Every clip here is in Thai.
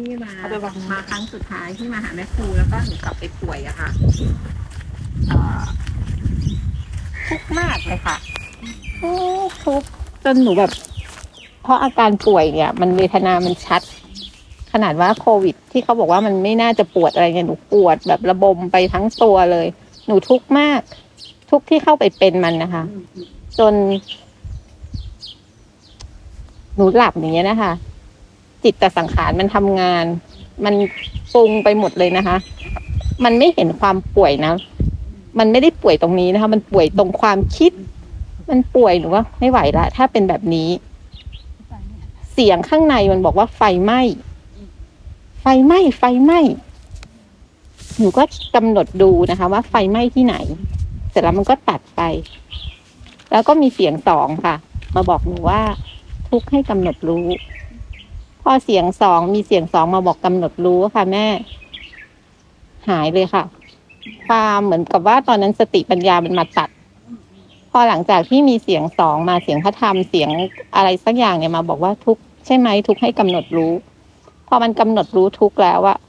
ที่มาครั้งสุดท้ายที่มาหาแม่ครูแล้วก็หนูกลับไปป่วยอะค่ะทุกข์มากเลยค่ะทุกข์จนหนูแบบเพราะอาการป่วยเนี่ยมันเวทนามันชัดขนาดว่าโควิดที่เขาบอกว่ามันไม่น่าจะปวดอะไรเนี่ยหนูปวดแบบระบมไปทั้งตัวเลยหนูทุกข์มากทุกข์ที่เข้าไปเป็นมันนะคะจนหนูหลับอย่างเงี้ยนะคะจิตตสังขารมันทำงานมันปรุงไปหมดเลยนะคะมันไม่เห็นความป่วยนะมันไม่ได้ป่วยตรงนี้นะคะมันป่วยตรงความคิดมันป่วยหนูว่าไม่ไหวละถ้าเป็นแบบนี้เสียงข้างในมันบอกว่าไฟไหม้ไฟไหม้ไฟไหม้หนูก็กำหนดดูนะคะว่าไฟไหม้ที่ไหนเสร็จแล้วมันก็ตัดไปแล้วก็มีเสียงสองค่ะมาบอกหนูว่าทุกข์ให้กำหนดรู้พอเสียงสองมีเสียงสองมาบอกกำหนดรู้ค่ะแม่หายเลยค่ะความเหมือนกับว่าตอนนั้นสติปัญญามันมาตัดพอหลังจากที่มีเสียงสองมาเสียงพระธรรมเสียงอะไรสักอย่างเนี่ยมาบอกว่าทุกข์ใช่ไหมทุกข์ให้กำหนดรู้พอมันกำหนดรู้ทุกข์แล้วอะ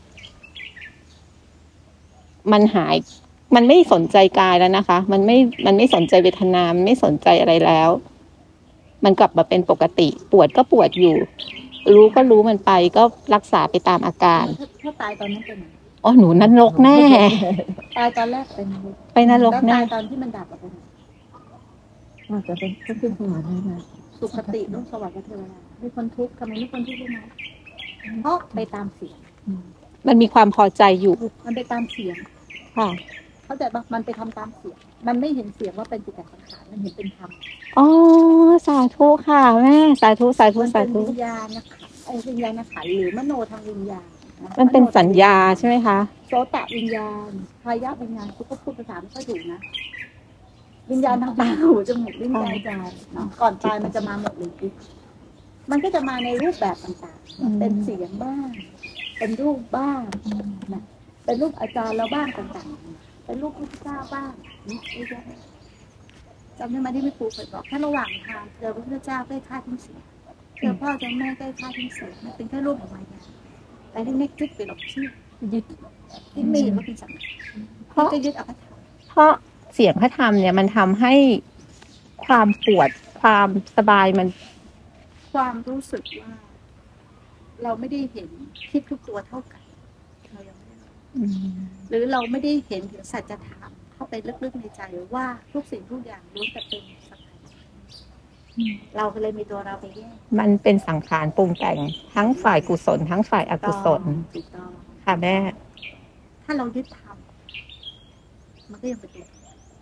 มันหายมันไม่สนใจกายแล้วนะคะมันไม่สนใจเวทนามันไม่สนใจอะไรแล้วมันกลับมาเป็นปกติปวดก็ปวดอยู่รู้ก็รู้มันไปก็รักษาไปตามอาการถ้าตายตอนนั้นเป็นอ๋อหนูนรกแน่ตายตอนแรกเป็นไปนรกแน่ตายตอนที่มันดับเป็นอาจจะเป็นก็คือสวรรค์นะสุขติโลกสวรรค์กับเทวดาไม่คนทุกข์ทำไมไม่คนทุกข์ได้ไหมเพราะไปตามเสียงมันมีความพอใจอยู่มันไปตามเสียงค่ะเข้าใจปะมันไปทำตามเสียงมันไม่เห็นเสียงว่าเป็นจิตแต่สังขารมันเห็นเป็นธรรมอ๋อสาธุค่ะแม่สาธุสาธุสาธุวิญญาณนะคะวิญญาณขันหรือมโนทางวิญญาณมันเป็นสัญญาใช่ไหมคะโสตวิญญาณพายะวิญญาณทุกก็พูดภาษาไม่ค่อยถูกนะวิญญาณทางตาหูจมูกลิ้นกายใจก่อนตายมันจะมาหมดเลยมันก็จะมาในรูปแบบต่างๆเป็นเสียงบ้างเป็นรูปบ้างนะเป็นรูปอาจารย์แล้วบ้างต่างๆเป็นรูปพระพุทธเจ้าบ้างนี่จำได้ไหมที่แม่ครูเคยบอกถ้าระหว่างทางเจอพระพุทธเจ้าใกล้ค่าทิ้งเสียงเจอพ่อเจอแม่ใกล้ค่าทิ้งเสียงมันเป็นแค่รูปของมายาแต่ที่ไม่คิดไปหลอกชื่อยึดที่ไม่ว่าเป็นสังขารเพราะจะยึดเอาพระธรรมเพราะเสียงพระธรรมเนี่ยมันทำให้ความปวดความสบายมันความรู้สึกว่าเราไม่ได้เห็นคิดทุกตัวเท่ากันเรายังไม่ได้หรือเราไม่ได้เห็นถึงสัจธรรมเข้าไปลึกๆในใจว่าทุกสิ่งทุกอย่างล้วนแต่เป็นสังขารเราก็เลยมีตัวเราไปแยกมันเป็นสังขารปรุงแต่งทั้งฝ่ายกุศลทั้งฝ่ายอกุศลค่ะแม่ถ้าเรายึดธรรมมันก็ยังเป็นตัว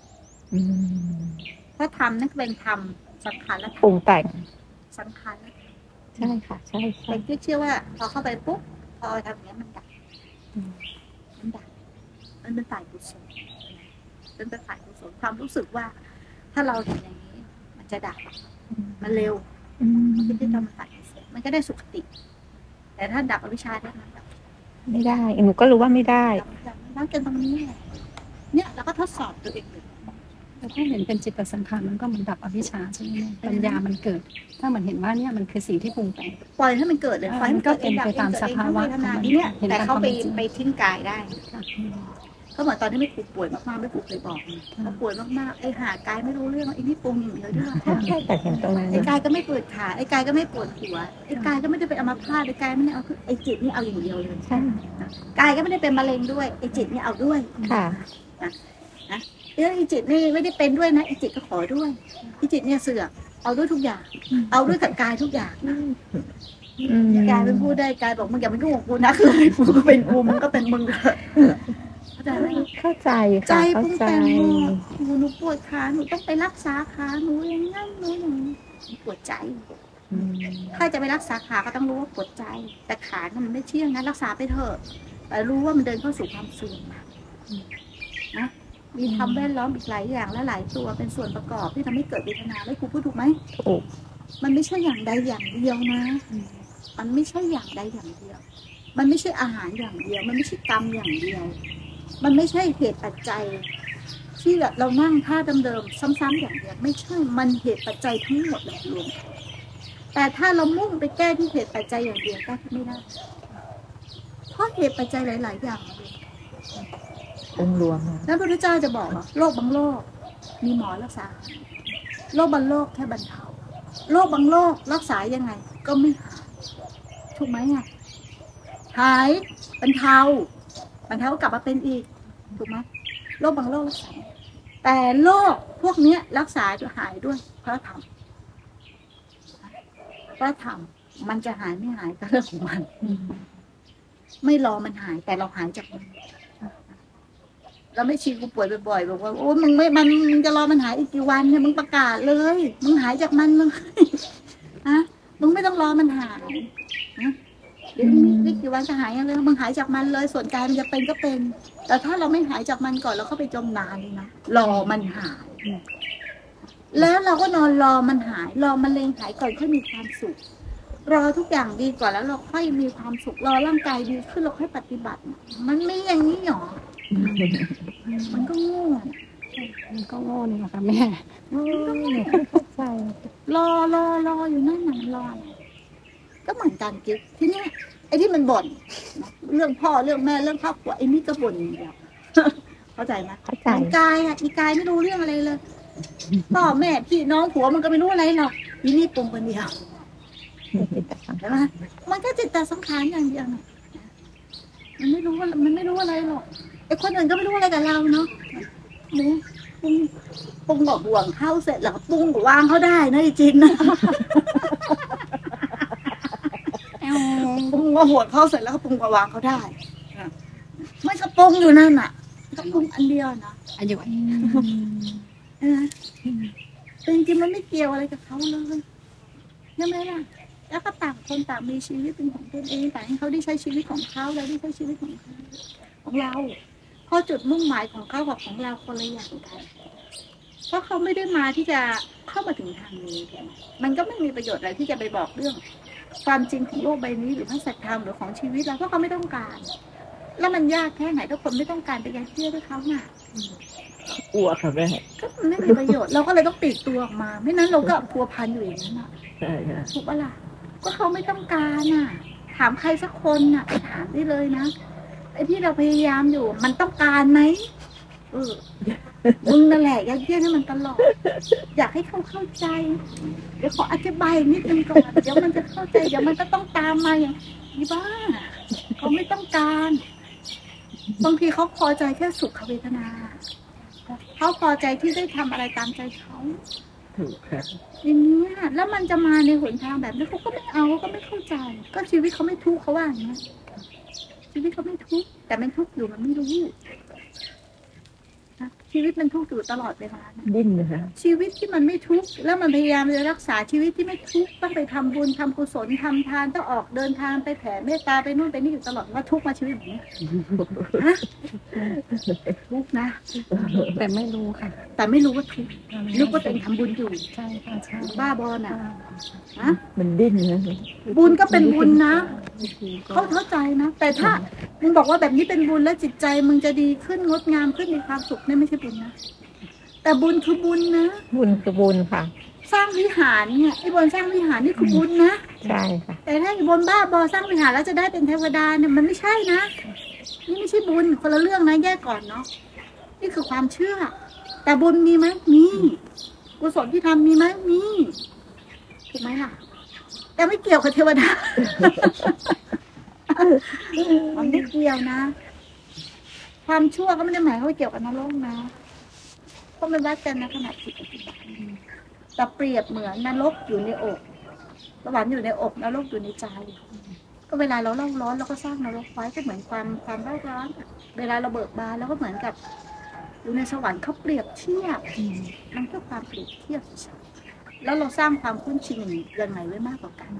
ถ้าธรรมนั่นเป็นธรรมสังขารและปรุงแต่งสังขารใช่ค่ะใช่แต่ที่เชื่อว่าพอเข้าไปปุ๊บพอทำอย่างนี้มันดับมันเป็นฝ่ายกุศลเป็นฝ่ายกุศลความรู้สึกว่าถ้าเราเห็นอย่างนี้มันจะดับมันเร็วมันก็จะทำฝ่ายกุศลมันก็ได้สุขติแต่ถ้าดับอวิชชาได้ไหมดับไม่ได้หนูก็รู้ว่าไม่ได้นั่งจนตรงนี้เนี่ยเราก็ทดสอบตัวเองเลยแต่ถ้าเห็นเป็นจิตสังขารมันก็เหมือนดับอวิชชาใช่ไหมปัญญามันเกิดถ้าเหมือนเห็นว่าเนี่ยมันคือสิ่งที่ปรุงแต่งปล่อยให้มันเกิดเลยปล่อยมันก็เป็นไปตามสภาวะเนี่ยแต่เขาไปทิ้งกายได้ก็เหมือนตอนที่ไม่ป่วยมากๆไม่เคยบอกเขาป่วยมากๆไอ้หากายไม่รู้เรื่องไอ้นี่ปรุงอย่างเดียวด้วยแต่เห็นตรงนั้นไอ้กายก็ไม่ปวดขาไอ้กายก็ไม่ปวดหัวไอ้กายก็ไม่ได้เป็นอัมพาตไอ้กายไม่ได้เอาไอ้จิตนี่เอาอย่างเดียวเลยใช่กายก็ไม่ได้เป็นมะเร็งด้วยไอ้จิตนี่เอาด้วยค่ะนะไอ้จิตนี่ไม่ได้เป็นด้วยนะไอ้จิตก็ขอด้วยไอ้จิตเนี่ยเสือกเอาด้วยทุกอย่างเอาด้วยกับกายทุกอย่างกายเป็นผู้ได้กายบอกมึงอย่าเป็นกูของกูนะคือกูก็เป็นกูมึงก็เป็นมึงเข้าใจใจปรุงแต่งหนูปวดขาหนูต้องไปรักษาขาหนูอย่างนั้นหนูอย่างนี้ปวดใจถ้าจะไปรักษาขาก็ต้องรู้ว่าปวดใจแต่ขาเนี่ยมันไม่เที่ยงนะรักษาไปเถอะแต่รู้ว่ามันเดินเข้าสู่ความเสื่อมนะมีทำแวดล้อมอีกหลายอย่างและหลายตัวเป็นส่วนประกอบที่ทำให้เกิดเวทนาแล้วครูพูดถูกไหมถูกมันไม่ใช่อย่างใดอย่างเดียวนะมันไม่ใช่อย่างใดอย่างเดียวมันไม่ใช่อาหารอย่างเดียวมันไม่ใช่กรรมอย่างเดียวมันไม่ใช่เหตุปัจจัยที่เรานั่งท่าเดิมๆซ้ำๆอย่างเดียวไม่ใช่มันเหตุปัจจัยทั้งหมดเลยรวมแต่ถ้าเรามุ่งไปแก้ที่เหตุปัจจัยอย่างเดียวแก้ไม่ได้ราะเหตุปัจจัยหลายๆอย่างองค์รวมแล้วพระพุทธเจ้าจะบอกว่าโรคบางโรคมีหมอรักษาโรคบางโรคแค่บรรเทาโรคบางโรครักษายังไง ก็ไม่หายถูกไหมอ่ะหายบรรเทากลับมาเป็นอีกถูกไหมโรคบางโรครักษาแต่โรคพวกนี้รักษาจะหายด้วยพระธรรมมันจะหายไม่หายก็เรื่องของมันไม่รอมันหายแต่เราหายจากมันเราไม่ชี้กูป่วยบ่อยๆบอกว่าโอ้มึงจะรอมันหายอีกกี่วันเนี่ยมึงประกาศเลยมึงหายจากมันเลยฮะมึงไม่ต้องรอมันหายนะเดี๋ยวอีกกี่วันจะหายยังเลยมึงหายจากมันเลยส่วนกายมันจะเป็นก็เป็น แต่ถ้าเราไม่หายจากมันก่อนเราเข้าไปจมนานเลยนะรอมันหายแล้วเราก็นอนรอมันหายรอมันเลงหายก่อนค่อยมีความสุขรอทุกอย่างดีก่อนแล้วเราค่อยมีความสุขรอร่างกายดีขึ้นเราค่อยปฏิบัติมันไม่อย่างนี้หรอมันก็โง่มันก็โง่นี่แหละค่ะแม่ใช่รออยู่นั่นน่ะรอก็เหมือนกันกิ๊กที่นี่ไอ้ที่มันบ่นเรื่องพ่อเรื่องแม่เรื่องครอบครัวไอ้นี่ก็บ่นอย่างเดียวเข้าใจไหมเข้าใจอีกายไม่รู้เรื่องอะไรเลยพ่อแม่พี่น้องผัวมันก็ไม่รู้อะไรหรอกอีนี่ปรุงคนเดียวใช่ไหมมันก็จิตตสังขารอย่างเดียวมันไม่รู้อะไรหรอกไอ้คนอื่นก็ไม่รู้อะไรกับเราเนาะปรุงบอกห่วงเข้าเสร็จแล้วปรุงกับวางเขาได้นะจริงนะปรุงกับห่วงเข้าเสร็จแล้วก็ปรุงกับวางเขาได้ไม่ก็ปรุงอยู่นั่นน่ะก็ปรุงอันเดียวนะอายุแต่จริงๆมันไม่เกี่ยวอะไรกับเขาเลยใช่ไหมล่ะแล้วก็ต่างคนต่างมีชีวิตเป็นของตนเองแต่ให้เขาได้ใช้ชีวิตของเขาเราได้ใช้ชีวิตของเราเพราะจุดมุ่งหมายของเขากับของเราคนละอย่างกันเพราะเขาไม่ได้มาที่จะเข้ามาถึงทางนี้มันก็ไม่มีประโยชน์อะไรที่จะไปบอกเรื่องความจริงของโลกใบนี้หรือพระสัจธรรมหรือของชีวิตเราเพราะเขาไม่ต้องการแล้วมันยากแค่ไหนถ้าคนไม่ต้องการไปยัดเยียดให้เขาน่ะกลัวค่ะแม่ก็ไม่มีประโยชน์เราก็เลยต้องปลีกตัวออกมาไม่นั้นเราก็พัวพันอยู่อย่างนั้นใช่ค่ะถูกปะล่ะก็เขาไม่ต้องการน่ะถามใครสักคนน่ะไปถามได้เลยนะไอ้ที่เราพยายามอยู่มันต้องการไหมมึงนั่นแหละยัดเยียดให้มันตลอดอยากให้เขาเข้าใจเดี๋ยวขออธิบายนิดนึงก่อนเดี๋ยวมันจะเข้าใจเดี๋ยวมันก็ต้องตามมาอย่างนี้บ้าเขาไม่ต้องการบางทีเขาพอใจแค่สุขเวทนาเขาพอใจที่ได้ทำอะไรตามใจเขาถูกค่ะอย่างนี้แล้วมันจะมาในหนทางแบบนี้เขาก็ไม่เอาก็ไม่เข้าใจก็ชีวิตเขาไม่ทุกข์เขาว่าอย่างนี้ชีวิตเขาไม่ทุกข์แต่มันทุกข์อยู่มันไม่รู้ชีวิตมันทุกข์อยู่ตลอดเวลาดิ้นนะคะชีวิตที่มันไม่ทุกข์แล้วมันพยายามจะรักษาชีวิตที่ไม่ทุกข์ต้องไปทำบุญทำกุศลทำทานต้องออกเดินทางไปแผ่เมตตาไปนู่นไปนี่อยู่ตลอดว่าทุกข์มาชีวิตแบบนี้ฮะทุกข์นะแต่ไม่รู้ค่ะแต่ไม่รู้ว่าทุกข์นึกว่าตัวเองทำบุญอยู่ใช่ค่ะใช่บ้าบอน่ะฮะมันดิ้นนะบุญก็เป็นบุญนะเขาเข้าใจนะแต่ถ้ามึงบอกว่าแบบนี้เป็นบุญแล้วจิตใจมึงจะดีขึ้นงดงามขึ้นมีความสุขนี่ไม่ใช่บุญนะแต่บุญคือบุญนะบุญคือบุญค่ะสร้างวิหารเนี่ยไอ้บนสร้างวิหารนี่คือบุญนะใช่ค่ะแต่ถ้าไอ้บนบ้าบอสร้างวิหารแล้วจะได้เป็นเทวดาเนี่ยมันไม่ใช่นะนี่ไม่ใช่บุญคนละเรื่องนะแยกก่อนเนาะนี่คือความเชื่อแต่บุญมีไหมมีกุศลที่ทำมีไหมมีถูกไหมล่ะแต่ไม่เกี่ยวกับเทวดามันไม่เกี่ยวนะความชั่วก็ไม่ได้หมายว่าเกี่ยวกับนรกนะก็ไม่วัดกันนะขนาดจิตแต่เปรียบเหมือนนรกอยู่ในอกสวรรค์อยู่ในอกนรกอยู่ในใจก็เวลาเราเล่าร้อนเราก็สร้างนรกไว้ก็เหมือนความเล่าร้อนเวลาเราเบิกบานเราก็เหมือนกับอยู่ในสวรรค์เขาเปรียบเทียบมันก็ความเปรียบเทียบแล้วเราสร้างความคุ้นชินยังไงไว้มากกว่ากัน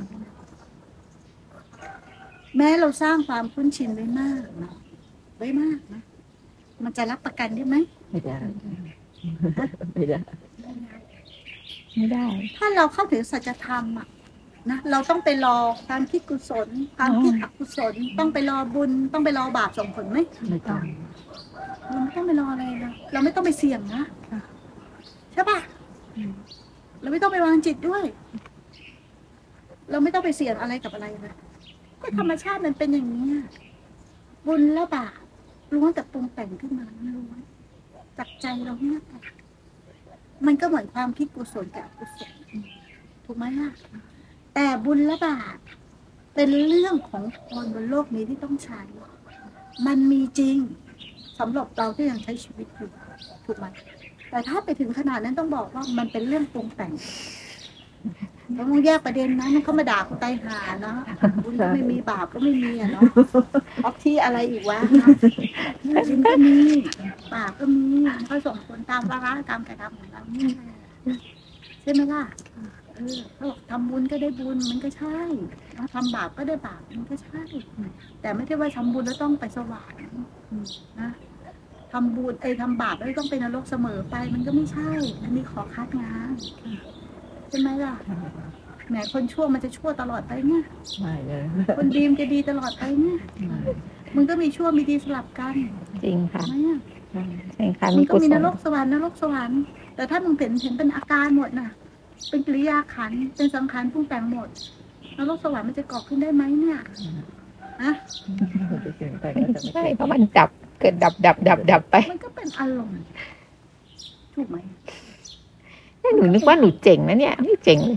แม้เราสร้างความคุ้นชินไว้มากนะไว้มากนะมันจะรับประกันได้ไหมไม่ได้ไม่ได้ไม่ได้ถ้าเราเข้าถึงสัจธรรมอ่ะนะเราต้องไปรอความคิดกุศลความคิดอกุศลต้องไปรอบุญต้องไปรอบาปส่งผลไหมไม่ต้องเราไม่ต้องไปรออะไรนะเราไม่ต้องไปเสี่ยงนะใช่ป่ะเราไม่ต้องไปวางจิตด้วยเราไม่ต้องไปเสี่ยงอะไรกับอะไรเลยก็ธรรมชาติมันเป็นอย่างนี้บุญและบาปล้วนแต่ปรุงแต่งขึ้นมาล้วนจากใจเราเนี่ยมันก็เหมือนความคิดกุศลกับอกุศลถูกไหมล่ะแต่บุญและบาปเป็นเรื่องของคนบนโลกนี้ที่ต้องใช้มันมีจริงสำหรับเราที่ยังใช้ชีวิตอยู่ถูกไหมแต่ถ้าไปถึงขนาดนั้นต้องบอกว่ามันเป็นเรื่องปรุงแต่งต้องแยกประเด็นนะนั่นเขามาด่าคนตายหาเนาะบุญก็ไม่มีบาปก็ไม่มีอะเนาะออกที่อะไรอีกวะบุญก็มีบาปก็มีก็ส่งผลตามวาระตามกระทำของเรานี่ใช่ไหมล่ะเขาบอกทำบุญก็ได้บุญมันก็ใช่ทำบาปก็ได้บาปมันก็ใช่แต่ไม่ใช่ว่าทำบุญแล้วต้องไปสวรรค์นะทำบุญทำบาปแล้วต้องเป็นนรกเสมอไปมันก็ไม่ใช่อันนี้ขอคัดงานใช่ไหมล่ะแหมคนชั่วมันจะชั่วตลอดไปเนี่ยไม่เลยคนดีมันจะดีตลอดไปเนี่ยมันก็มีชั่วมีดีสลับกันจริงค่ะไหมอ่ะจริงค่ะมัมีนก็กุมีศนลรกสวรรค์แต่ถ้ามึงเห็นเป็นอาการหมดน่ะ เป็นกิริยาขันธ์เป็นสังขารปรุงแต่งหมดนรกสวรรค์มันจะก่อขึ้นได้ไหมเนี่ยฮะใช่เพราะมันดับเกิดดับไปมันก็เป็นอารมณ์ถูกไหมหนูนึกว่าหนูเจ๋งนะเนี่ยไม่เจ๋งเลย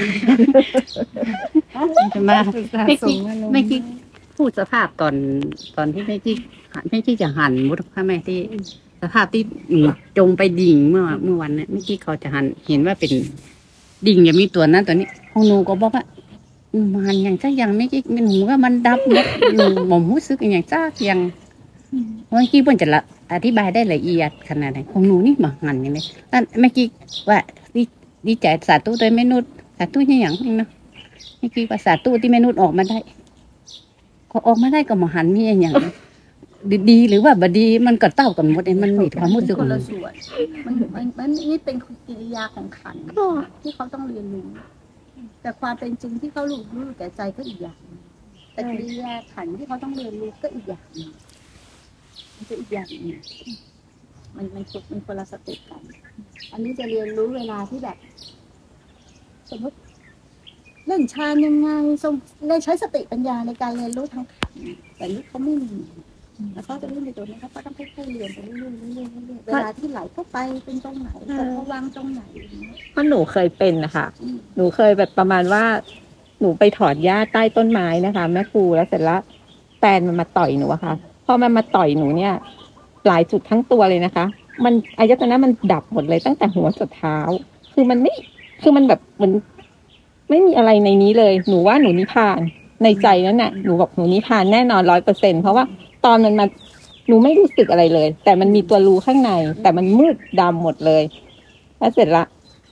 จะมาไม่คิดพูดสภาพตอนที่ไม่คิดจะหันมุดค่ะแม่ที่สภาพที่จมไปดิ่งเมื่อวันเนี่ยไม่คิดเขาจะหันเห็นว่าเป็นดิ่งอย่ามีตัวนั้นตัวนี้ของหนูก็บอกว่ามันอย่างจ้ายังไม่คิดมันหูว่ามันดับหมดหนูหม่อมรู้สึกอย่างจ้ายังไม่คิดว่าจะอธิบายได้ละเอียดขนาดไหนของหนูนี่มาหันอย่างนี้นั่นไม่คิดว่าดีใจสาธุโดยไม่นุษสาธุอย่างนี้นะไม่คิดว่าสาธุที่ไม่นุษออกมาได้ก็ออกมาได้ก็มาหันมีอย่างดีหรือว่าบดีมันก็เต้ากันหมดเองมันมีความรู้สึกคนละส่วนมันนี่เป็นกิริยาของขันธ์ที่เขาต้องเรียนรู้แต่ความเป็นจริงที่เขารู้แต่ใจก็อีกอย่างแต่กิริยาขันธ์ที่เขาต้องเรียนรู้ก็อีกอย่างมันจะอีกอย่างมันคนละสเต็ปกันอันนี้จะเรียนรู้เวลาที่แบบสมมติเล่นฌานยังไงได้ใช้สติปัญญาในการเรียนรู้ทางขันธ์แต่นี่เขาไม่มีแล้วเขาจะเรียนในตัวนี้เขาก็ต้องค่อยๆเรียนไปเรื่อยๆเวลาที่ไหลเข้าไปเป็นตรงไหนเขาวางตรงไหนเพราะหนูเคยเป็นนะคะหนูเคยแบบประมาณว่าหนูไปถอนหญ้าใต้ต้นไม้นะคะแม่ครูแล้วเสร็จแล้วแฟนมันมาต่อยหนูอะค่ะพอมันมาต่อยหนูเนี่ยหลายจุดทั้งตัวเลยนะคะมันอายตนะมันดับหมดเลยตั้งแต่หัวจนเท้าคือมันแบบมันไม่มีอะไรในนี้เลยหนูว่าหนูนิพพานในใจนั้นน่ะหนูบอกหนูนิพพานแน่นอน100%เพราะว่าตอนมันมาหนูไม่รู้สึกอะไรเลยแต่มันมีตัวรู้ข้างในแต่มันมืดดำหมดเลยแล้วเสร็จละ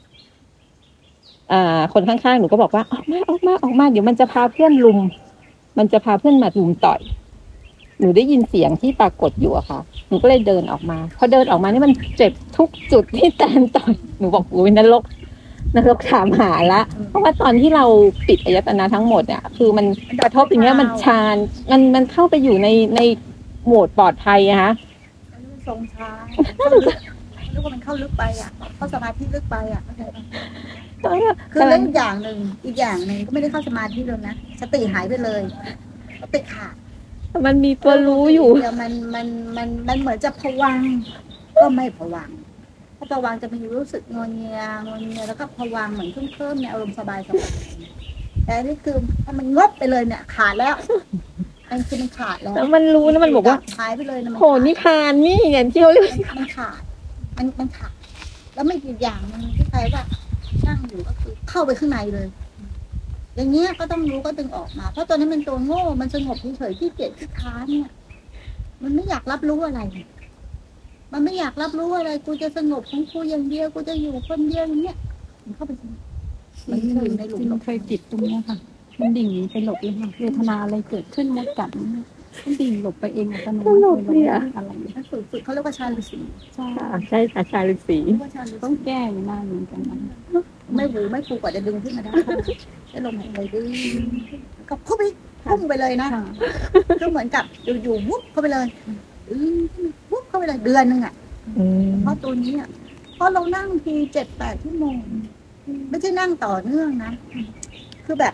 คนข้างๆหนูก็บอกว่าออกมาเดี๋ยวมันจะพาเพื่อนลุมมันจะพาเพื่อนมาลุมต่อยหนูได้ยินเสียงที่ปรากฏอยู่อะค่ะหนูก็เลยเดินออกมาพอเดินออกมานี่มันเจ็บทุกจุดที่แตนต่อยหนูบอกอุ้ยนรกถามหาละเพราะว่าตอนที่เราปิดอายตนะทั้งหมดเนี่ยคือมันกระทบอย่างเงี้ยมันชานมันเข้าไปอยู่ในโหมดปลอดภัยอะฮะทรงช้านึกว่ามันเข้าลึกไปอ่ะเข้าสมาธิลึกไปอ่ะคือเล่นอีกอย่างหนึ่งก็ไม่ได้เข้าสมาธิเลยนะสติหายไปเลยสติขาดมันมีตัวรู้อยู่เดี๋ยวมันเหมือนจะผวังค์ก็ไม่ผวังค์ถ้าผวังค์จะมีรู้สึกงอเงียแล้วก็ผวังค์เหมือนเพิ่มในอารมณ์สบายแต่นี่คือถ้ามันงบไปเลยเนี่ยขาดแล้วมันคือมันขาดแล้วมันรู้นะมันบอกว่าหายไปเลยนะมันโหนิพพานนี่ไงที่เขาเรียกมันขาดมันขาดแล้วไม่อีกอย่างนึงที่ใครว่านั่งอยู่ก็คือเข้าไปข้างในเลย อย่างเงี้ยก็ต้องรู้ก็ดึงออกมาเพราะตัวนี้มันตัวโง่มันสงบเฉยๆที่เกียจที่ค้านเนี่ยมันไม่อยากรับรู้อะไรมันไม่อยากรับรู้อะไรกูจะสงบของกูอย่างเดียวกูจะอยู่คนเดียวอย่างเงี้ยมันเข้าไปมันอยู่ในหลุมเคยติดตรงนี้ค่ะมันดิ่งหนีไปหลบเลยค่ะเวทนาอะไรเกิดขึ้นมดกัดมันดิ่งหลบไปเองอัตโนมัติเลยอะไรถ้าฝึกเขาเรียกว่าฌานฤาษีใช่ใช่ค่ะชาฤาษีเรียกว่าฌานฤาษีต้องแก้อยู่นานเหมือนกันนะไม่หูไม่ฟูกว่าจะดึงขึ้นมาได้ได้ลมหายใจดึงก็พุ่งไปเลยนะก็เหมือนกับอยู่วุบเข้าไปเลยวุบเข้าไปเลยเดือนนึงอ่ะเพราะตัวนี้อ่ะเพราะเรานั่งที7-8 ชั่วโมงไม่ใช่นั่งต่อเนื่องนะคือแบบ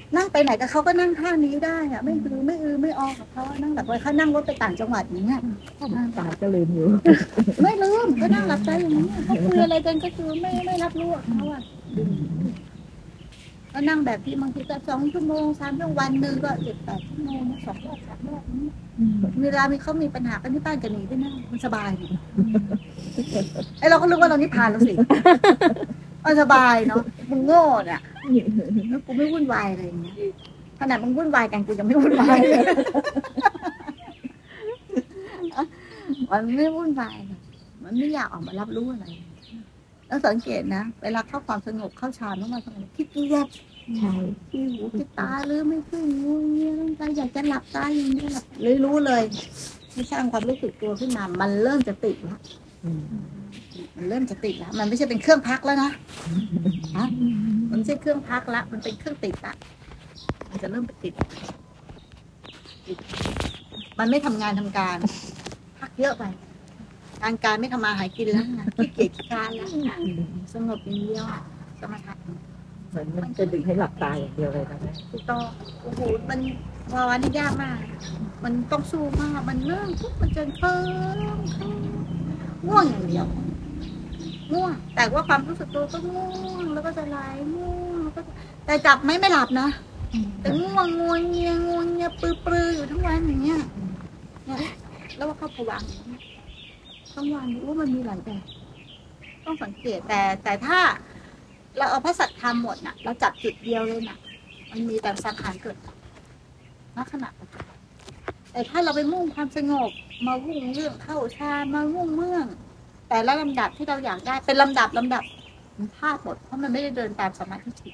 นั่งไปไหนกับเขาก็นั่งท่านี้ได้อะไม่อือไม่ออกกับเขานั่งแบบว่าเขานั่งรถไปต่างจังหวัดอย่างเงี้ยตาก็ลืมอยู่ไม่ลืมก็นั่งหลับใจอย่างนี้เขาคุยอะไรกันก็คือไม่รับรู้กับเขาอ่ะก็นั่งแบบที่บางทีก็2 ชั่วโมง3 ชั่วโมงวันหนึ่งก็7-8 ชั่วโมง2 รอบ 3 รอบนี้เวลาเขามีปัญหากันที่บ้านกันหนีไปนั่งมันสบายเนี่ยไอเราก็รู้ว่าเรานิพพานแล้วสิมันสบายเนาะมึงโง่เนี่ยแล้วกูไม่วุ่นวายอะไรอย่างเงี้ยขนาดมึงวุ่นวายกันกูยังไม่วุ่นวายเลยมันไม่วุ่นวายมันไม่อยากออกมารับรู้อะไรแล้วสังเกตนะเวลาเข้าความสงบเข้าฌานแล้วมาสงบคิดเงียบใช่ที่หูที่ตาหรือไม่ขึ้นงูเงี้ยร่างกายอยากจะหลับตาอย่างนี้หลับเลยรู้เลยที่สร้างความรู้สึกตัวขึ้นมามันเริ่มจะติดแล้วมันเริ่มจะติดแล้วมันไม่ใช่เป็นเครื่องพักแล้วนะมันไม่ใช่เครื่องพักแล้วมันเป็นเครื่องติดละมันจะเริ่มไปติดมันไม่ทำงานทำการพักเยอะไปการไม่ทำมาหากินแล้วนะขี้เกียจขี้การแล้วสงบอย่างเดียวสมถะเหมือนมันจะดึงให้หลับตาอย่างเดียวเลยนะแม่ถูกต้องโอ้โหมันภาวะนี่ยากมาก มันต้องสู้มากมันเริ่มปุ๊บมันจะเคลิ้มง่วงอย่างเดียวง่วงแต่ว่าความรู้สึกตัวก็ง่วงแล้วก็จะไหลง่วงแล้วก็แต่จับไม่หลับนะแต่ง่วงงวงเงียปลืออยู่ทั้งวันอย่างเงี้ยเนี่ยแล้วว่าเข้าผวังค์ทั้งวันว่ามันมีหลายแบบต้องสังเกตแต่ถ้าเราเอาพระสัทธรรมหมดน่ะเราจับจุดเดียวเลยน่ะมันมีแต่สังขารเกิดลักษณะแต่ถ้าเราไปมุ่งความสงบมามุ่งเรื่องเข้าฌานมามุ่งเมืองแต่ละลำดับที่เราอยากได้เป็นลำดับมันพลาดหมดเพราะมันไม่ได้เดินตามสมาธิจิต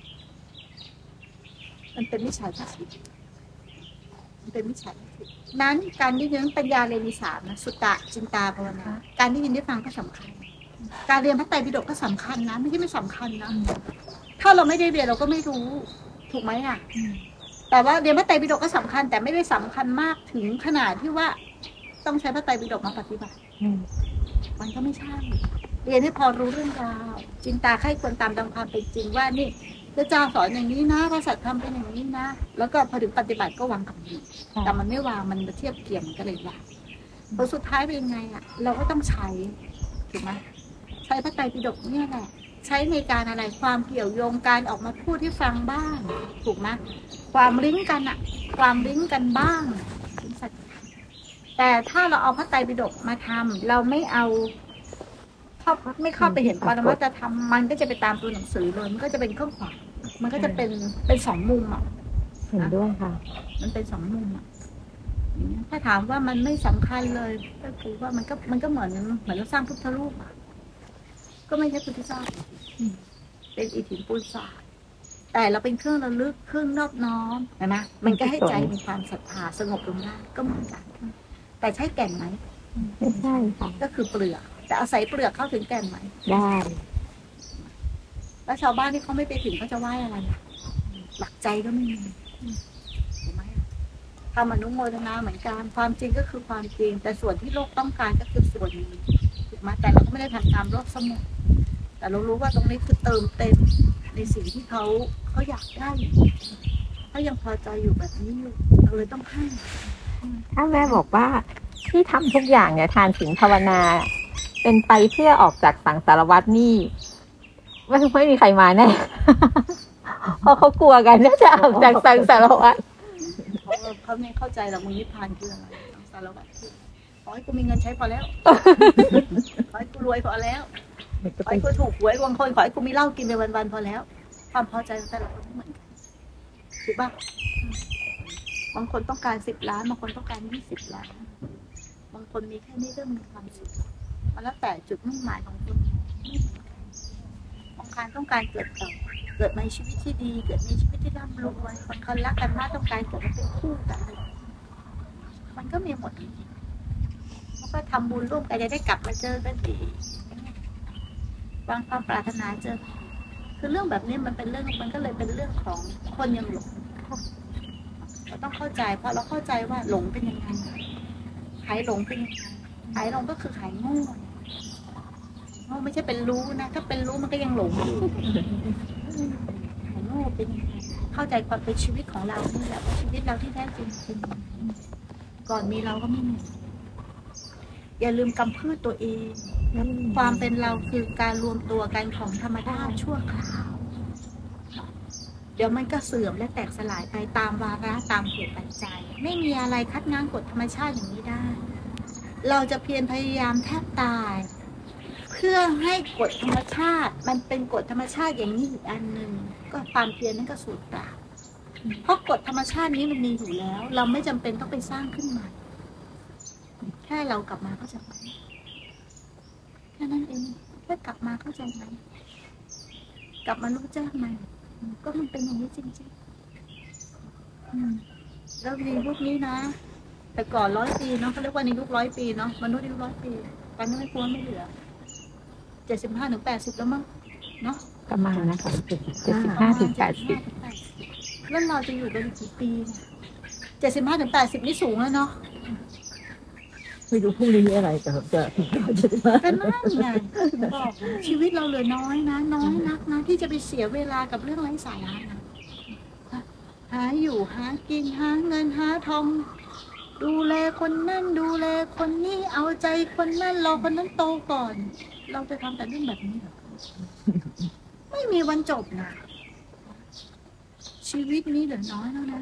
มันเป็นมิจฉาทิฏฐิมันเป็นมิจฉาทิฏฐินั้นการได้ยินปัญญาเรยนมี3นะสุตตะจินตาภาวนาการได้ยินได้ฟังก็สำคัญการเรียนพระไตรปิฎกก็สำคัญนะไม่ใช่ไม่สำคัญนะถ้าเราไม่ได้เรียนเราก็ไม่รู้ถูกไหมอ่ะแต่ว่าเรียนพระไตรปิฎกก็สำคัญแต่ไม่ได้สำคัญมากถึงขนาดที่ว่าต้องใช้พระไตรปิฎกมาปฏิบัติมันก็ไม่ใช่เรียนให้พอรู้เรื่องราวจินตาให้คนตามความเป็นจริงว่านี่พระเจ้าสอนอย่างนี้นะพระสัทธรรมเป็นอย่างนี้นะแล้วก็พอถึงปฏิบัติก็วางกับนี้แต่มันไม่วางมันเทียบเทียมก็เลยวางพอสุดท้ายเป็นยังไงอ่ะเราก็ต้องใช้ถูกไหมใช้พระไตรปิฎกเนี่ยแหละใช้ในการอะไรความเกี่ยวโยงการออกมาพูดที่ฟังบ้างถูกไหมความลิงก์กันอะความลิงก์กันบ้างแต่ถ้าเราเอาพระไตรปิฎกมาทำเราไม่เอาไม่เข้าไปเห็นปรมัตถธรรมมันก็จะไปตามตัวหนังสือเลยมันก็จะเป็นข้อขวางมันก็จะเป็น2 มุมอ่ะเห็นด้วยค่ะมันเป็น2 มุมอ่ะถ้าถามว่ามันไม่สำคัญเลยก็คือว่ามันก็เหมือนเราสร้างพุทธรูปอ่ะก็ไม่ใช่พุทธเจ้าเป็นอิฐหินปูนทรายแต่เราเป็นเครื่องระลึกเครื่องนอบน้อมนะมันก็ให้ใจมีความศรัทธาสงบลงได้ก็เหมือนกันแต่ใช้แก่นไหมไม่ใช่ค่ะก็คือเปลือกแต่อาศัยเปลือกเข้าถึงแก่นไหมได้แล้วชาวบ้านที่เขาไม่ไปถึงเขาจะไหว้อะไรหลักใจก็ไม่มีถูกไหมทำอนุโมทนาเหมือนกันความจริงก็คือความจริงแต่ส่วนที่โลกต้องการก็คือส่วนนี้ถูกไหมแต่เราก็ไม่ได้ทำตามโลกสมมติแต่เรารู้ว่าตรงนี้คือเติมเต็มในสิ่งที่เขาอยากได้เขายังพอใจอยู่แบบนี้อยู่เราเลยต้องให้ถ้าแม่บอกว่าที่ทำทุกอย่างเนี่ยทานศีลภาวนาเป็นไปเพื่อออกจากสังสารวัฏนี่ไม่มีใครมาแน่ เพราะเขากลัวกันว่าจะออกจากสังสารวัฏเขาไม่เข้าใจหรอกมึงนิพพานคืออะไรสังสารวัฏคือขอให้กูมีเงินใช้พอแล้ว ขอให้กูรวยพอแล้วขอให้กูถูกหวยบางคนขอให้กูมีเหล้ากินไปวันๆพอแล้วความพอใจของแต่ละคนไม่เหมือนกันถูกป่ะบางคนต้องการ10 ล้านบางคนต้องการ20 ล้านบางคนมีแค่นี้ก็มีความสุขมันแล้วแต่จุดมุ่งหมายของคนบางคนต้องการเกิดต่อเกิดในชีวิตที่ดีเกิดในชีวิตที่ร่ำรวยบางคนรักกันมากต้องการเกิดมาเป็นคู่กันมันก็มีหมดแล้วก็ทำบุญร่วมกันจะได้กลับมาเจอกันอีกวางความปรารถนาเจอคือเรื่องแบบนี้มันเป็นเรื่องมันก็เลยเป็นเรื่องของคนยังหลงเราต้องเข้าใจเพราะเราเข้าใจว่าหลงเป็นยังไงหายหลงเป็นยังไงหายหลงก็คือหายโง่ไม่ใช่เป็นรู้นะถ้าเป็นรู้มันก็ยังหลงอยู่หายโง่เป็นยังไงเข้าใจความเป็นชีวิตของเรานี่แหละชีวิตเราที่แท้จริงเป็นยังไงก่อนมีเราก็ไม่มีอย่าลืมกำพืชตัวเอง ความเป็นเราคือการรวมตัวกันของธรรมชาติชั่วคราว เดี๋ยวมันก็เสื่อมและแตกสลายไปตามวาระตามเหตุปัจจัยไม่มีอะไรคัดง้างกฎธรรมชาติอย่างนี้ได้ เราจะเพียรพยายามแทบตาย เพื่อให้กฎธรรมชาติมันเป็นกฎธรรมชาติอย่างนี้อีกอันหนึ่งก็ความเพียรนั่นก็สูญเปล่าเพราะกฎธรรมชาตินี้มันมีอยู่แล้ว เราไม่จำเป็นต้องไปสร้างขึ้นมาแค่เรากลับมาเข้าใจไหมแค่นั้นเองแค่กลับมาเข้าใจไหมกลับมารู้แจ้งไหมก็มันเป็นอย่างนี้จริงๆแล้วในยุคนี้นะแต่ก่อน100 ปีเนาะเขาเรียกว่าในยุค100 ปีเนาะมนุษย์อายุ100 ปีตอนนี้ไม่ควรไม่เหลือ75 ถึง 80แล้วมั้งเนาะประมาณนะคะ75 ถึง 80 แล้วเราจะอยู่กันอีกกี่ปี75 ถึง 80นี่สูงแล้วเนาะไม่รู้พรุ่งนี้อะไรแต่ผมจะมาก็นั่นไงถึงบอกชีวิตเราเหลือน้อยนะน้อยนักนะที่จะไปเสียเวลากับเรื่องไร้สาระนะหาอยู่หากินหาเงินหาทองดูแลคนนั่นดูแลคนนี้เอาใจคนนั่นรอคนนั้นโตก่อน เราจะทำแต่เรื่องแบบนี้เหรอไม่มีวันจบนะชีวิตนี้เหลือน้อยแล้วนะ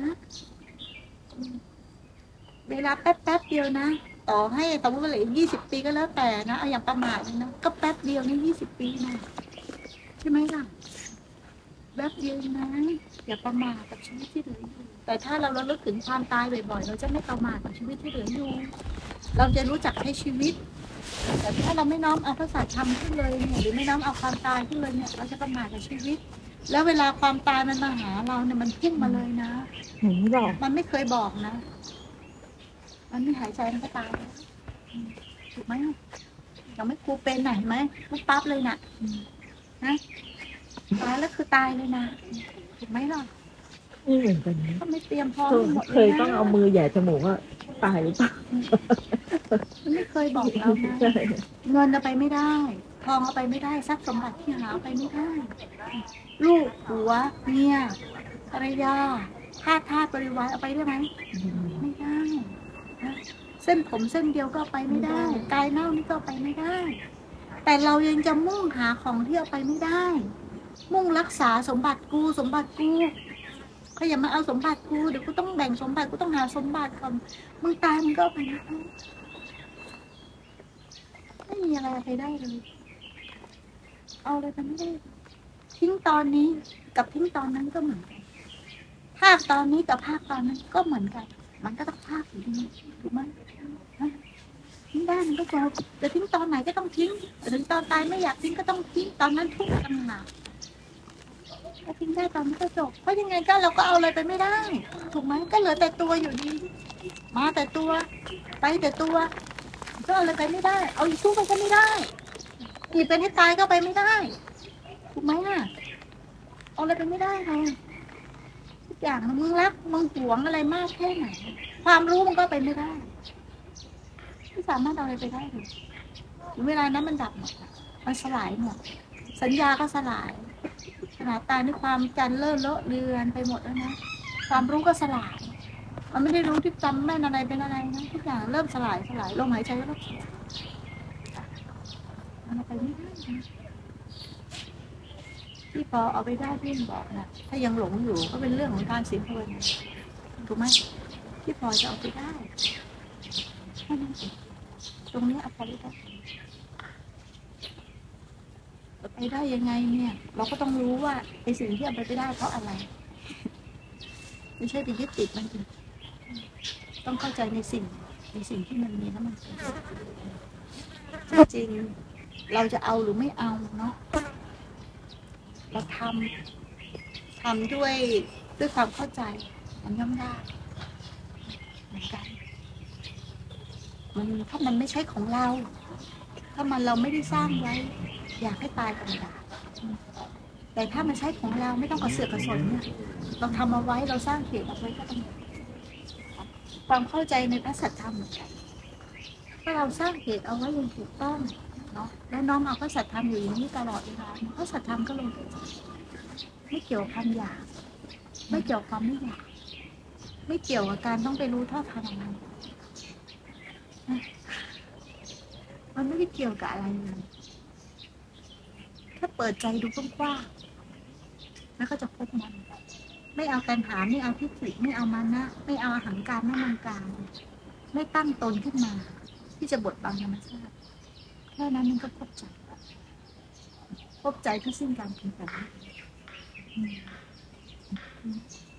เวลาแป๊บเดียวนะต่อให้สมมติว่าเหลือ20 ปีก็แล้วแต่นะเอาอย่างประมาทนะก็แป๊บเดียวใน20 ปีนะใช่ไหมล่ะแป๊บเดียวนะอย่าประมาทกับชีวิตที่เหลืออยู่แต่ถ้าเราระลึกถึงความตายบ่อยๆเราจะไม่ประมาทกับชีวิตที่เหลืออยู่เราจะรู้จักใช้ชีวิตแต่ถ้าเราไม่น้อมเอาพระสัจธรรมขึ้นเลยเนี่ยหรือไม่น้อมเอาความตายขึ้นเลยเนี่ยเราจะประมาทกับชีวิตแล้วเวลาความตายมันมาหาเราเนี่ยมันพุ่งมาเลยนะหนูบอกมันไม่เคยบอกนะมันไม่หายใจมันก็ตายถูกไหมยังไม่ครูเป็นไหนไหมมันปั๊บเลยน่ะนะตายแล้วคือตายเลยนะถูกไหมล่ะไม่เหมือนกันนะก็ไม่เตรียมพร้อมหมดเคยต้องเอามือแหย่จมูกว่าตายหรือเปล่ามันไม่เคยบอกเรานะใช่เงินเอาไปไม่ได้ทองเอาไปไม่ได้ทรัพย์สมบัติที่หาเอาไปไม่ได้ ลูกผัวเมียภรรยาทาสบริวารเอาไปได้ไหมไม่ได้นะเส้นผมเส้นเดียวก็เอาไปไม่ได้กายเน่านี่ก็เอาไปไม่ได้ แต่เรายังจะมุ่งหาของที่เอาไปไม่ได้ มุ่งรักษาสมบัติกูสมบัติกูเขาอย่ามาเอาสมบัติกูเดี๋ยวกูต้องแบ่งสมบัติกูต้องหาสมบัติก่อนมึงตายมึงก็เอาไปไม่ได้ไม่มีอะไรเอาไปได้เลยเอาอะไรไปไม่ได้ทิ้งตอนนี้กับทิ้งตอนนั้นก็เหมือนกันภาคตอนนี้กับภาคตอนนั้นก็เหมือนกันมันก็ต้องภาคอยู่ดีถูกไหมทิ้งได้มันก็จบจะทิ้งตอนไหนก็ต้องทิ้งแต่ถึงตอนตายไม่อยากทิ้งก็ต้องทิ้งตอนนั้นทุกข์ต่างหากถ้าทิ้งได้ตอนนี้ก็จบเพราะยังไงก็เราก็เอาอะไรไปไม่ได้ ถูกไหมก็เหลือแต่ตัวอยู่ดีมาแต่ตัวไปแต่ตัวก็เอาอะไรไปไม่ได้ เอาอีกสู้ไปก็ไม่ได้อีกเป็นให้ตายก็ไปไม่ได้ถูกไหมอ่ะเอาอะไรไปไม่ได้เลยทุกอย่างมึงรักมึงหวงอะไรมากแค่ไหนความรู้มันก็ไปไม่ได้ไม่สามารถเอาอะไรไปได้เลยเวลานั้นมันดับหมดมันสลายหมดสัญญาก็สลายขณะตายด้วยความจันเลิ่เลอะเลือนไปหมดแล้วนะความรู้ก็สลายมันไม่ได้รู้ที่จำแม่นอะไรเป็นอะไรนะทุกอย่างเริ่มสลายลมหายใจก็เริ่มสลายมันเอาไปไม่ได้นะที่พอเอาไปได้ที่บอกนะถ้ายังหลงอยู่ก็เป็นเรื่องของการเสียภาวนาถูกไหมที่พอจะเอาไปได้แค่นั้นเองตรงนี้เอาไปได้ไปได้ยังไงเนี่ย เราก็ต้องรู้ว่าไอ้สิ่งที่เอาไปไม่ได้เพราะอะไรไม่ใช่ไปยึดติดมันจริงต้องเข้าใจในสิ่งที่มันมีแล้วมันจริงเราจะเอาหรือไม่เอาเนาะเราทำด้วยความเข้าใจมันย่อมได้เหมือนกันมันถ้ามันไม่ใช่ของเราถ้าเราไม่ได้สร้างไว้อยากให้ตายธรรมดาแต่ถ้ามันใช่ของเราไม่ต้องกระเสือกกระสนเนี่ยเราทำเอาไว้เราสร้างเหตุเอาไว้ก็ต้องความเข้าใจในพระสัจธรรมเหมือนกันถ้าเราสร้างเหตุเอาไว้อย่างถูกต้องเนาะและน้อมเอาพระสัจธรรมอยู่อย่างนี้ตลอดเวลาพระสัจธรรมก็ลงไปไม่เกี่ยวกับคำหยาบไม่เกี่ยวกับความไม่อยากไม่เกี่ยวกับการต้องไปรู้เท่าทันอะไรมันไม่ได้เกี่ยวกับอะไรเลยแค่เปิดใจดูกว้างๆแล้วก็จะพบมันไม่เอาตัณหาไม่เอาทิฏฐิไม่เอามานะไม่เอาอาหารการไม่มังการไม่ตั้งตนขึ้นมา ที่จะบดบังธรรมชาติแค่นั้นมันก็พบใจที่สิ้นการเปลี่ยนแปลง